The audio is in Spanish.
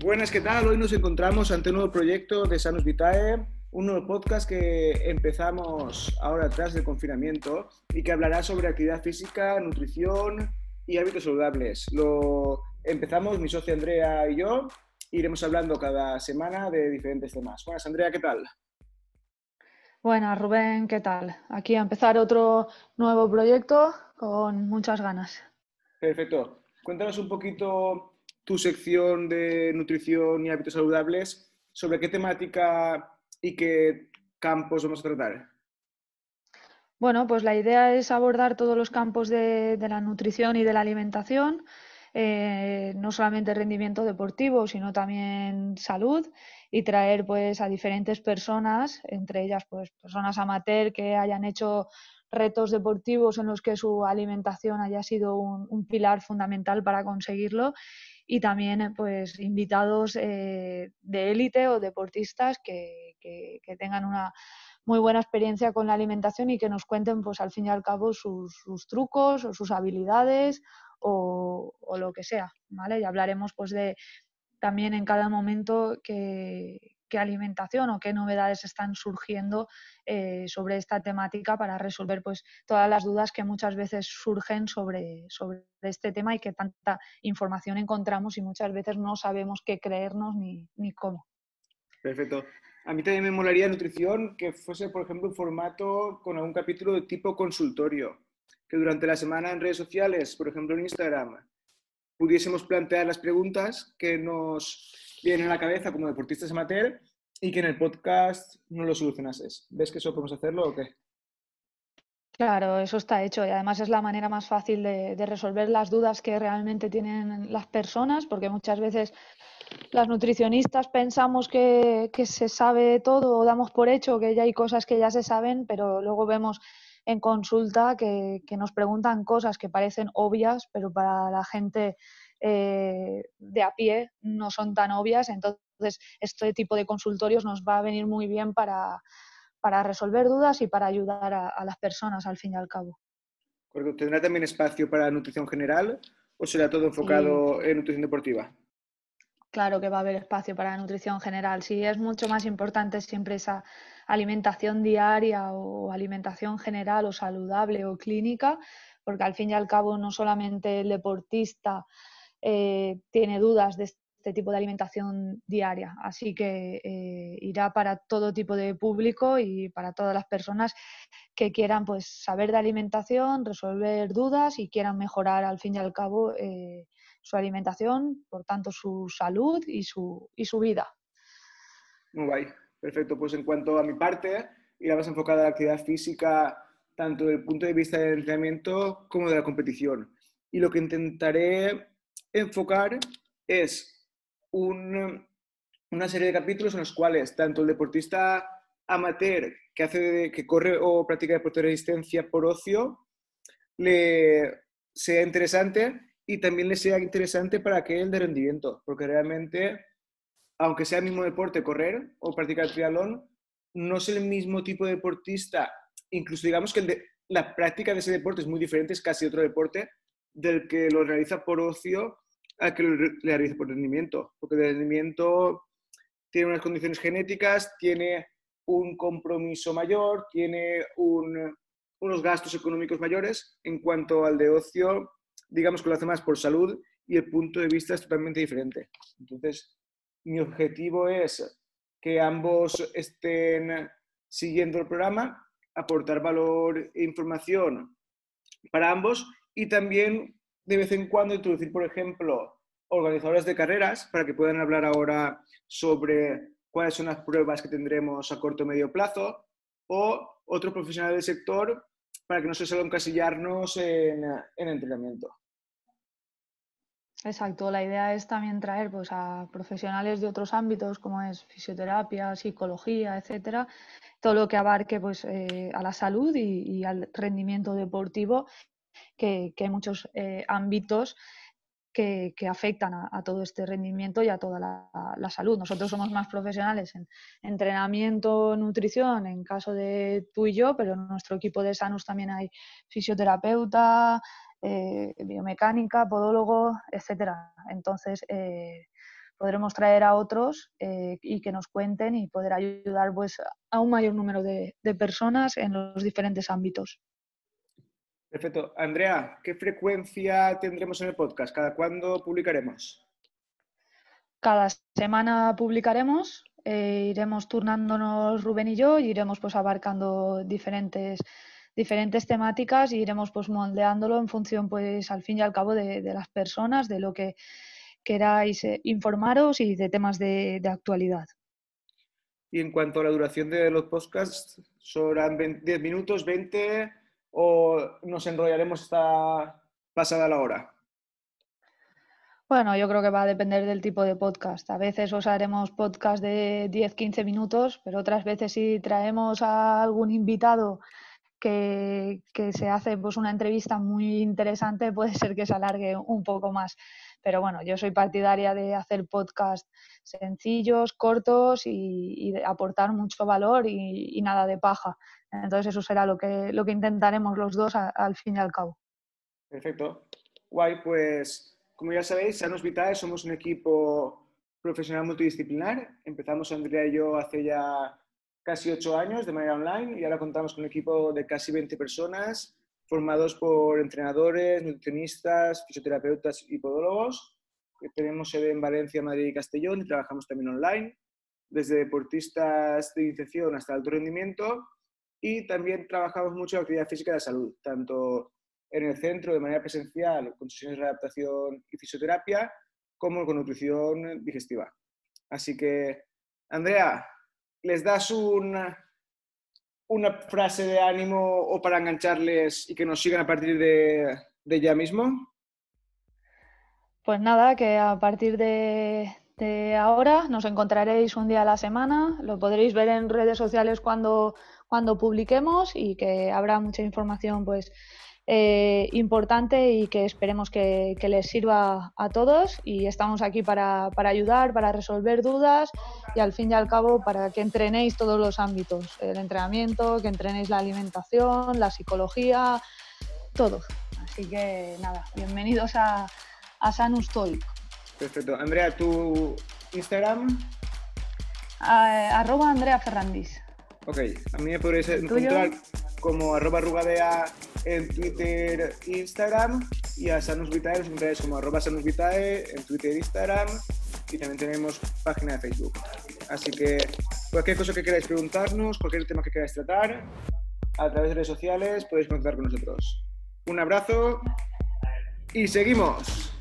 Buenas, ¿qué tal? Hoy nos encontramos ante un nuevo proyecto de Sanus Vitae, un nuevo podcast que empezamos ahora tras del confinamiento y que hablará sobre actividad física, nutrición y hábitos saludables. Lo empezamos mi socia Andrea y yo, iremos hablando cada semana de diferentes temas. Buenas, Andrea, ¿qué tal? Buenas, Rubén, ¿qué tal? Aquí a empezar otro nuevo proyecto con muchas ganas. Perfecto. Cuéntanos un poquito tu sección de nutrición y hábitos saludables, sobre qué temática y qué campos vamos a tratar. Bueno, pues la idea es abordar todos los campos de la nutrición y de la alimentación, no solamente rendimiento deportivo, sino también salud y traer pues a diferentes personas, entre ellas pues personas amateur que hayan hecho retos deportivos en los que su alimentación haya sido un pilar fundamental para conseguirlo y también pues invitados de élite o deportistas que tengan una muy buena experiencia con la alimentación y que nos cuenten, pues al fin y al cabo, sus trucos o sus habilidades o lo que sea, ¿vale? Y hablaremos pues de también en cada momento qué alimentación o qué novedades están surgiendo sobre esta temática para resolver pues todas las dudas que muchas veces surgen sobre este tema y que tanta información encontramos y muchas veces no sabemos qué creernos ni cómo. Perfecto. A mí también me molaría nutrición que fuese, por ejemplo, un formato con algún capítulo de tipo consultorio, que durante la semana en redes sociales, por ejemplo en Instagram, pudiésemos plantear las preguntas que nos vienen a la cabeza como deportistas amateur y que en el podcast no lo solucionases. ¿Ves que eso podemos hacerlo o qué? Claro, eso está hecho y además es la manera más fácil de resolver las dudas que realmente tienen las personas, porque muchas veces las nutricionistas pensamos que se sabe todo o damos por hecho que ya hay cosas que ya se saben, pero luego vemos en consulta que nos preguntan cosas que parecen obvias, pero para la gente de a pie no son tan obvias. Entonces, este tipo de consultorios nos va a venir muy bien para resolver dudas y para ayudar a las personas al fin y al cabo. Porque ¿tendrá también espacio para nutrición general o será todo Sí, enfocado en nutrición deportiva? claro que va a haber espacio para la nutrición general. Sí, es mucho más importante siempre esa alimentación diaria o alimentación general o saludable o clínica, porque al fin y al cabo no solamente el deportista tiene dudas de este tipo de alimentación diaria, así que irá para todo tipo de público y para todas las personas que quieran pues saber de alimentación, resolver dudas y quieran mejorar al fin y al cabo su alimentación, por tanto su salud y su vida. Muy guay. Perfecto. Pues en cuanto a mi parte, irá más enfocada a la actividad física, tanto desde el punto de vista del entrenamiento como de la competición. Y lo que intentaré enfocar es una serie de capítulos en los cuales tanto el deportista amateur que corre o practica deporte de resistencia por ocio le sea interesante y también le sea interesante para aquel de rendimiento, porque realmente aunque sea el mismo deporte, correr o practicar triatlón, no es el mismo tipo de deportista. Incluso digamos que la práctica de ese deporte es muy diferente, es casi otro deporte del que lo realiza por ocio al que lo realiza por rendimiento. Porque el rendimiento tiene unas condiciones genéticas, tiene un compromiso mayor, tiene unos gastos económicos mayores. En cuanto al de ocio, digamos que lo hace más por salud y el punto de vista es totalmente diferente. Entonces, mi objetivo es que ambos estén siguiendo el programa, aportar valor e información para ambos y también de vez en cuando introducir, por ejemplo, organizadores de carreras para que puedan hablar ahora sobre cuáles son las pruebas que tendremos a corto o medio plazo o otro profesional del sector para que no se solo encasillarnos en entrenamiento. Exacto, la idea es también traer pues, a profesionales de otros ámbitos como es fisioterapia, psicología, etcétera, todo lo que abarque pues, a la salud y al rendimiento deportivo, que hay muchos ámbitos que afectan a todo este rendimiento y a toda la salud. Nosotros somos más profesionales en entrenamiento, nutrición, en caso de tú y yo, pero en nuestro equipo de Sanus también hay fisioterapeuta, biomecánica, podólogo, etcétera. Entonces, podremos traer a otros y que nos cuenten y poder ayudar pues, a un mayor número de personas en los diferentes ámbitos. Perfecto. Andrea, ¿qué frecuencia tendremos en el podcast? ¿Cada cuándo publicaremos? Cada semana publicaremos, iremos turnándonos Rubén y yo y iremos pues abarcando diferentes temáticas y iremos pues moldeándolo en función pues al fin y al cabo de las personas, de lo que queráis informaros y de temas de actualidad. Y en cuanto a la duración de los podcasts, ¿serán 10 minutos, 20 o nos enrollaremos hasta pasada la hora? Bueno, yo creo que va a depender del tipo de podcast. A veces os haremos podcast de 10-15 minutos, pero otras veces si traemos a algún invitado que se hace pues una entrevista muy interesante, puede ser que se alargue un poco más. Pero bueno, yo soy partidaria de hacer podcast sencillos, cortos y de aportar mucho valor y nada de paja. Entonces eso será lo que intentaremos los dos al fin y al cabo. Perfecto. Guay, pues como ya sabéis, Sanus Vitae somos un equipo profesional multidisciplinar. Empezamos Andrea y yo hace ya casi 8 años de manera online y ahora contamos con un equipo de casi 20 personas formados por entrenadores, nutricionistas, fisioterapeutas y podólogos. Tenemos sede en Valencia, Madrid y Castellón y trabajamos también online, desde deportistas de iniciación hasta alto rendimiento, y también trabajamos mucho en actividad física de la salud, tanto en el centro de manera presencial con sesiones de adaptación y fisioterapia, como con nutrición digestiva. Así que, Andrea, ¿les das una frase de ánimo o para engancharles y que nos sigan a partir de ya mismo? Pues nada, que a partir de ahora nos encontraréis un día a la semana, lo podréis ver en redes sociales cuando publiquemos y que habrá mucha información pues importante y que esperemos que les sirva a todos, y estamos aquí para ayudar, para resolver dudas y al fin y al cabo para que entrenéis todos los ámbitos, el entrenamiento, que entrenéis la alimentación, la psicología, todo. Así que nada, bienvenidos a Sanus Talk. Perfecto. Andrea, ¿tu Instagram? @Andrea Ferrandis. Ok, a mí me podréis encontrar como @rugadea en Twitter e Instagram, y a Sanus Vitae los encontráis como @sanusvitae en Twitter e Instagram, y también tenemos página de Facebook. Así que cualquier cosa que queráis preguntarnos, cualquier tema que queráis tratar, a través de redes sociales podéis contactar con nosotros. Un abrazo y seguimos.